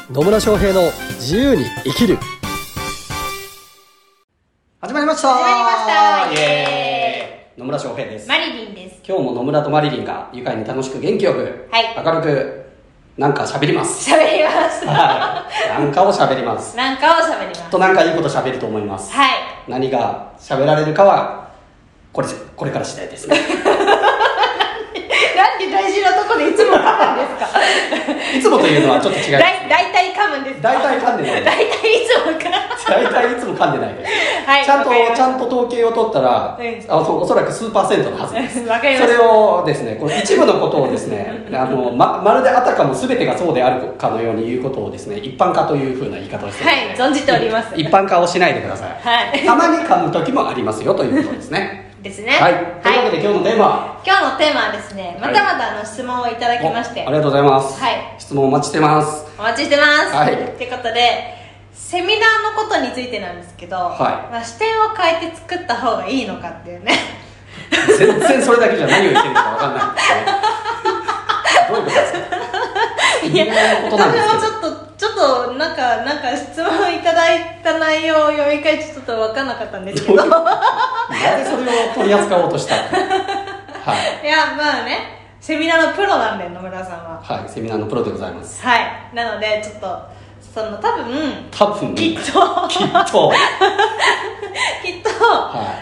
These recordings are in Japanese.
野村翔平の自由に生きる。始まりました。 イエーイ。 野村翔平です。 マリリンです。 今日も野村とマリリンが愉快に楽しく元気よく、 はい、 明るくなんか喋ります。 喋ります。 はい、なんかを喋ります。 なんかを喋ります。 きっとなんかいいこと喋ると思います。 はい。 何が喋られるかはこれから次第ですね。 なんで大事なとこでいつも噛むんですか？ いつもというのはちょっと違います。 大体噛むんですか？ 大体噛んでない。 大体いつも噛んでないです。 はい、 ちゃんと統計を取ったら、おそらく数パーセントのはずです。 わかりました。 それをですね、この一部のことをですね、まるであたかも全てがそうであるかのように言うことをですね、一般化というふうな言い方をしているので、 はい、存じております。 一般化をしないでください。 はい。 たまに噛む時もありますよということですね。 ですね。 はい。というわけで今日のテーマは、 今日のテーマはですね、またまた質問をいただきまして、 ありがとうございます。 はい。 質問お待ちしてます。 お待ちしてます。 はい。 ということで、セミナーのことについてなんですけど、 はい視点を変えて作った方がいいのかっていうね。 全然それだけじゃ何を言ってるか分かんないんですね。どういうことですか？セミナーのことなんですけど。 私もちょっとなんか質問いただいた内容を読み返してちょっと分かんなかったんですけど。なぜそれを取り扱おうとしたの？はい。 いやまあね、セミナーのプロなんで野村さんは。 はい、セミナーのプロでございます。 はい。なのでちょっと多分きっと、はい、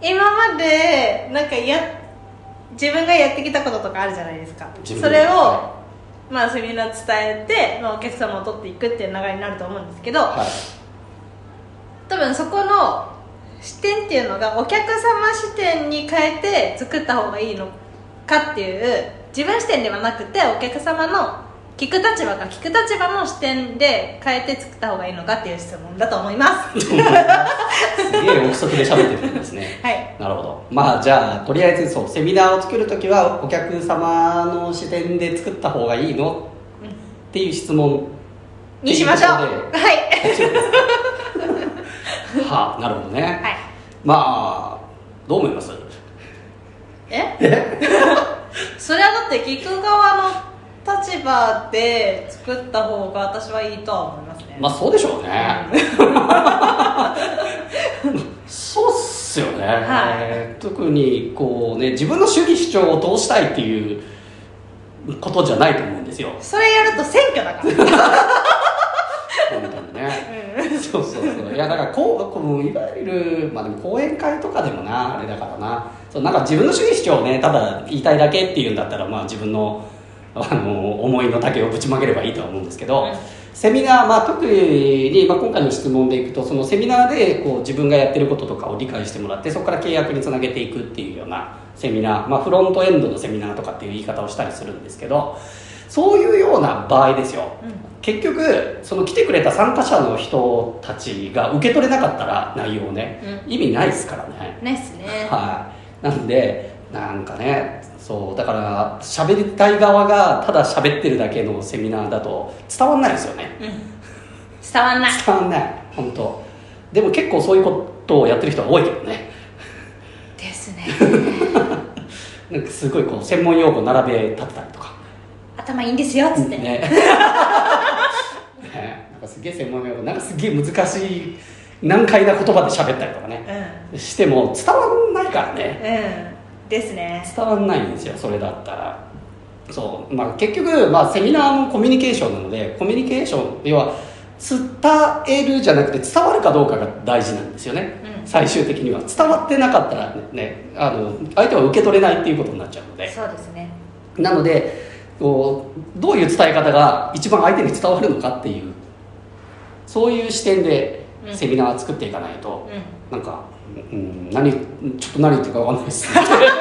今までなんか自分がやってきたこととかあるじゃないですか。それを、はい、まあセミナー伝えて、まあ、お客様を取っていくっていう流れになると思うんですけど、はい、多分そこの視点っていうのがお客様視点に変えて作った方がいいのかっていう自分視点ではなくてお客様の聞く立場の視点で変えて作った方がいいのかっていう質問だと思います。すげえ憶測で喋ってるんですね。 はい。 なるほど。まあじゃあとりあえずセミナーを作るときはお客様の視点で作った方がいいの、っていう質問にしましょう。はい。 はあ、なるほどね。 はい。 まあどう思います？ それはだって聞く側の立場で作った方が私はいいとは思いますね。 まあそうでしょうね。そうっすよね。はい、特にこうね、自分の主義主張を通したいっていうことじゃないと思うんですよ。 それやると選挙だから。 本当にね。そう。いやだからいわゆるまあでも講演会とかでもなあれだからな。なんか自分の主義主張をねただ言いたいだけっていうんだったらまあ自分の思いの丈をぶちまければいいとは思うんですけど、セミナー、まあ、特に、まあ、今回の質問でいくとそのセミナーでこう自分がやってることとかを理解してもらってそこから契約につなげていくっていうようなセミナー、まあ、フロントエンドのセミナーとかっていう言い方をしたりするんですけど、そういうような場合ですよ、結局その来てくれた参加者の人たちが受け取れなかったら内容をね、意味ないですからね。 ないっすね。 はい。なんでなんかね、そうだから喋りたい側がただ喋ってるだけのセミナーだと伝わんないですよね。 伝わんない本当。でも結構そういうことをやってる人は多いけどね。 ですね。 なんかすごいこう専門用語並べ立てたりとか、 頭いいんですよっつってね。なんかすげえ専門用語、なんかすげえ難しい難解な言葉で喋ったりとかね、しても伝わんないからね。 ですね。 伝わんないんですよ、それだったら。そう、まあ、結局、まあ、セミナーのコミュニケーションなので、コミュニケーション要は伝えるじゃなくて伝わるかどうかが大事なんですよね、最終的には。伝わってなかったらね、相手は受け取れないっていうことになっちゃうので。 そうですね。 なのでどういう伝え方が一番相手に伝わるのかっていう、そういう視点でセミナーを作っていかないと、なんかちょっと何言ってるか分かんないです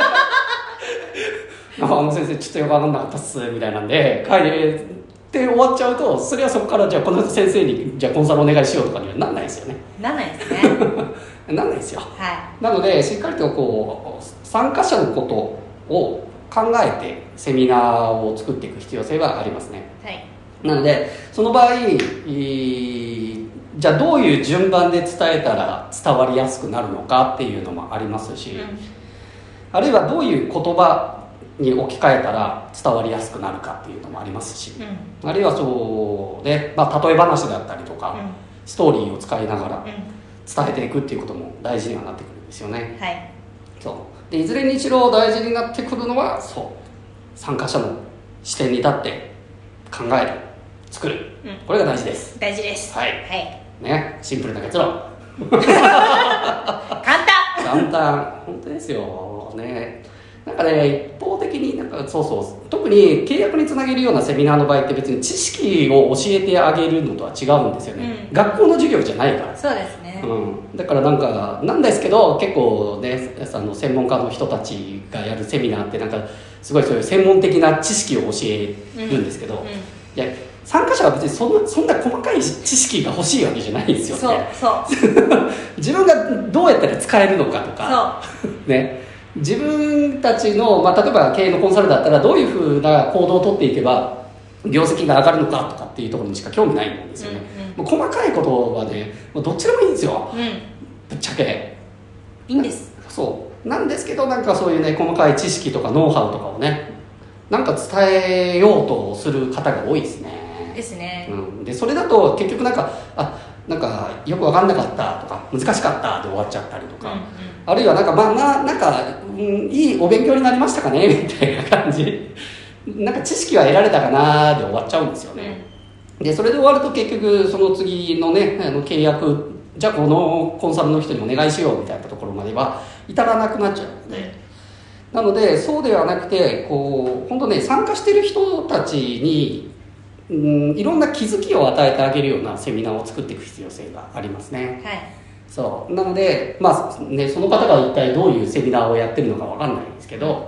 先生ちょっとよく分かんなかったっすみたいなんで帰れって終わっちゃうと、それはそこからじゃあこの先生にじゃあコンサルお願いしようとかにはなんないですよね。 なんないですね。 なんないですよ、 はい、 なのでしっかりとこう参加者のことを考えてセミナーを作っていく必要性はありますね。 はい、 なのでその場合じゃあどういう順番で伝えたら伝わりやすくなるのかっていうのもありますし、あるいはどういう言葉に置き換えたら伝わりやすくなるかっていうのもありますし、あるいはそうで、まあ、例え話だったりとか、 うん、 ストーリーを使いながらうん、 伝えていくっていうことも大事にはなってくるんですよね。 はい、 そうでいずれにしろ大事になってくるのはそう参加者の視点に立って考える作る、 うん、 これが大事です。 大事です。 はい、 はい、 ね、シンプルな結論簡単本当ですよね。なんかね、一方的になんかそう特に契約につなげるようなセミナーの場合って別に知識を教えてあげるのとは違うんですよね、 うん、 学校の授業じゃないから。 そうですね、 うん、だからなんですけど結構ね専門家の人たちがやるセミナーってなんかすごいそういう専門的な知識を教えるんですけど、いや参加者は別にそんな細かい知識が欲しいわけじゃないんですよね。 そう自分がどうやったら使えるのかとかね、自分たちの、まあ、例えば経営のコンサルだったらどういうふうな行動をとっていけば業績が上がるのかとかっていうところにしか興味ないんですよね、もう細かいことはねもうどっちでもいいんですよ、ぶっちゃけいいんです。 そうなんですけど、なんかそういうね細かい知識とかノウハウとかをねなんか伝えようとする方が多いですね。 ですね、 でそれだと結局なんかよく分かんなかったとか難しかったで終わっちゃったりとか、あるいはなんかなんか、いいお勉強になりましたかねみたいな感じなんか知識は得られたかなで終わっちゃうんですよね、でそれで終わると結局その次のね契約じゃあこのコンサルの人にお願いしようみたいなところまでは至らなくなっちゃうので、なのでそうではなくてこう本当ね参加してる人たちにいろんな気づきを与えてあげるようなセミナーを作っていく必要性がありますね。 はい、 そうなので、まあね、その方が一体どういうセミナーをやってるのかわかんないんですけど、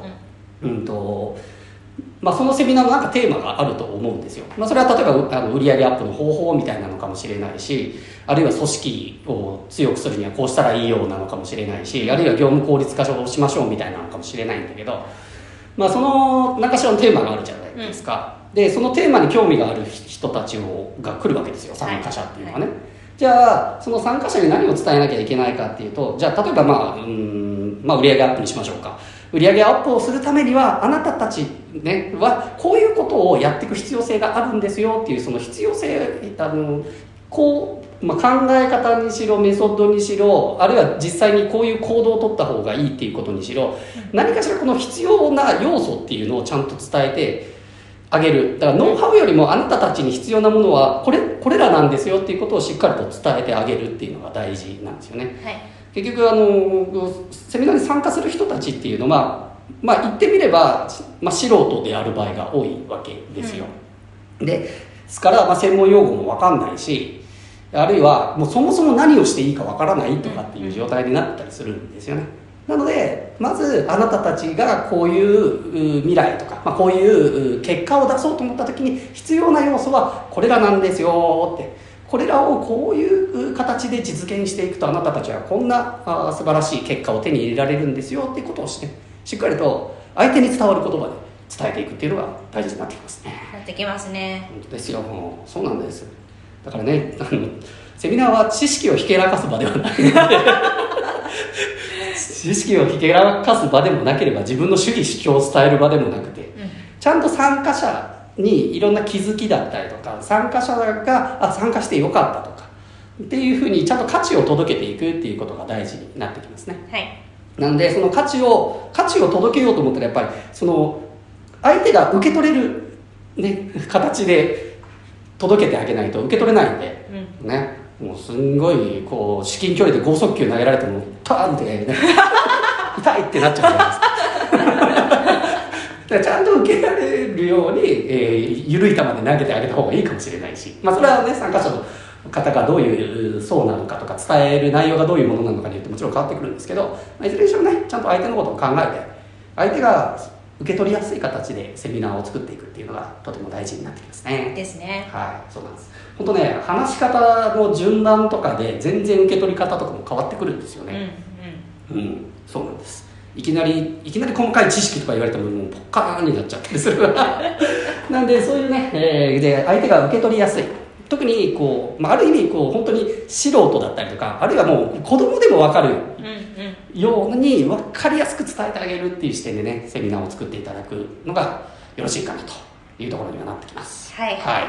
まあ、そのセミナーのなんかテーマがあると思うんですよ、まあ、それは例えば売上アップの方法みたいなのかもしれないし、あるいは組織を強くするにはこうしたらいいようなのかもしれないし、あるいは業務効率化をしましょうみたいなのかもしれないんだけど、まあ、その何かしらのテーマがあるじゃないですか、でそのテーマに興味がある人たちが来るわけですよ、参加者っていうのはね、じゃあその参加者に何を伝えなきゃいけないかっていうと、じゃあ例えばまあ売上アップにしましょうか。売上アップをするためにはあなたたち、ね、はこういうことをやっていく必要性があるんですよっていう、その必要性考え方にしろメソッドにしろ、あるいは実際にこういう行動を取った方がいいっていうことにしろ、何かしらこの必要な要素っていうのをちゃんと伝えてあげる。だからノウハウよりもあなたたちに必要なものはこれらなんですよっていうことをしっかりと伝えてあげるっていうのが大事なんですよね、はい、結局セミナーに参加する人たちっていうのは、まあ言ってみれば、まあ、素人である場合が多いわけですよ、ですから、まあ、専門用語も分かんないし、あるいはもうそもそも何をしていいか分からないとかっていう状態になったりするんですよね。なのでまずあなたたちがこういう未来とか、まあ、こういう結果を出そうと思った時に必要な要素はこれらなんですよって、これらをこういう形で実現していくとあなたたちはこんな素晴らしい結果を手に入れられるんですよっていうことをしてしっかりと相手に伝わる言葉で伝えていくっていうのが大事になってきますね。 なってきますね。 本当ですよ、もうそうなんです。だからねセミナーは知識をひけらかす場ではない知識をひけらかす場でもなければ自分の主義主張を伝える場でもなくて、ちゃんと参加者にいろんな気づきだったりとか、参加者が参加してよかったとかっていうふうにちゃんと価値を届けていくっていうことが大事になってきますね、はい、なのでその価値を届けようと思ったらやっぱりその相手が受け取れる、ね、形で届けてあげないと受け取れないんで、ね、もうすんごいこう至近距離で剛速球投げられてもパーンってね痛いってなっちゃうじゃないですかだからちゃんと受けられるように、緩い球で投げてあげた方がいいかもしれないし、まあ、それはね参加者の方がどういう層なのかとか伝える内容がどういうものなのかによってもちろん変わってくるんですけど、まあ、いずれにしろねちゃんと相手のことを考えて相手が受け取りやすい形でセミナーを作っていくっていうのがとても大事になってきますね。 ですね。 はい、そうなんです。本当ね、話し方の順番とかで全然受け取り方とかも変わってくるんですよね。そうなんです。いきなり細かい知識とか言われてももうポッカーンになっちゃったりするなんでそういうね、で相手が受け取りやすい、特にこう、まあ、ある意味こう本当に素人だったりとか、あるいはもう子供でも分かるように分かりやすく伝えてあげるっていう視点でねセミナーを作っていただくのがよろしいかなというところにはなってきます。はい、はい、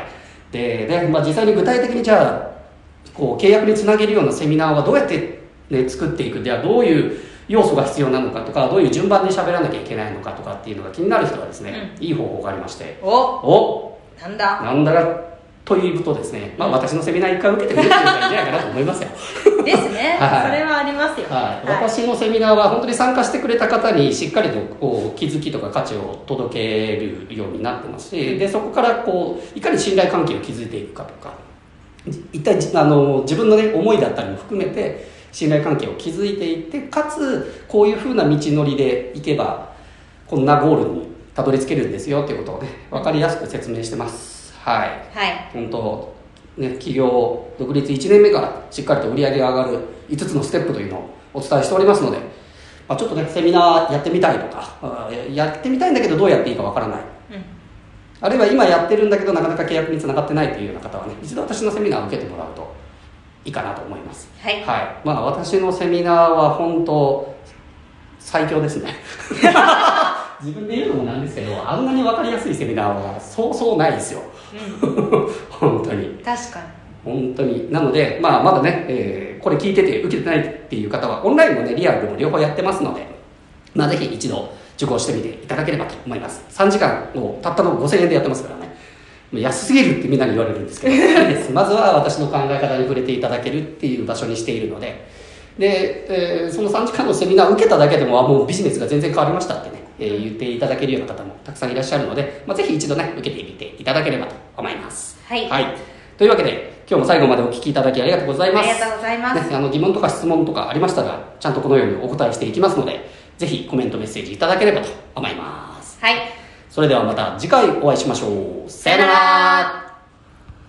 で、実際に具体的にじゃあこう契約につなげるようなセミナーはどうやって、ね、作っていく、ではどういう要素が必要なのかとか、どういう順番で喋らなきゃいけないのかとかっていうのが気になる人はですね、いい方法がありまして、 なんだというとですね、私のセミナー一回受けてみるっていうのがいいんじゃないかなと思いますよですね、 はい、 それはありますよ、 私のセミナーは本当に参加してくれた方にしっかりとこう気づきとか価値を届けるようになってますし、でそこからこういかに信頼関係を築いていくかとか、一体自分のね思いだったりも含めて信頼関係を築いていって、かつこういう風な道のりでいけばこんなゴールにたどり着けるんですよっていうことをね分かりやすく説明してます。本当ね、企業独立1年目からしっかりと売り上げが上がる5つのステップというのをお伝えしておりますので、ちょっとねセミナーやってみたいとか、やってみたいんだけどどうやっていいかわからない、あるいは今やってるんだけどなかなか契約につながってないというような方はね、一度私のセミナーを受けてもらうといいかなと思います。私のセミナーは本当最強ですね自分で言うのもなんですけど、あんなに分かりやすいセミナーはそうそうないですよ、本当に確かに本当に。なので、まだね、これ聞いてて受けてないっていう方はオンラインもねリアルでも両方やってますので、ぜひ一度受講してみていただければと思います。3時間をたったの5000円でやってますからね、安すぎるってみんなに言われるんですけどですまずは私の考え方に触れていただけるっていう場所にしているので、その3時間のセミナーを受けただけでももうビジネスが全然変わりましたってね、言っていただけるような方もたくさんいらっしゃるので、ぜひ一度ね受けてみていただければと思います。というわけで今日も最後までお聞きいただきありがとうございます。 ありがとうございます、 疑問とか質問とかありましたらちゃんとこのようにお答えしていきますので、ぜひコメントメッセージいただければと思います。それではまた次回お会いしましょう。さよなら。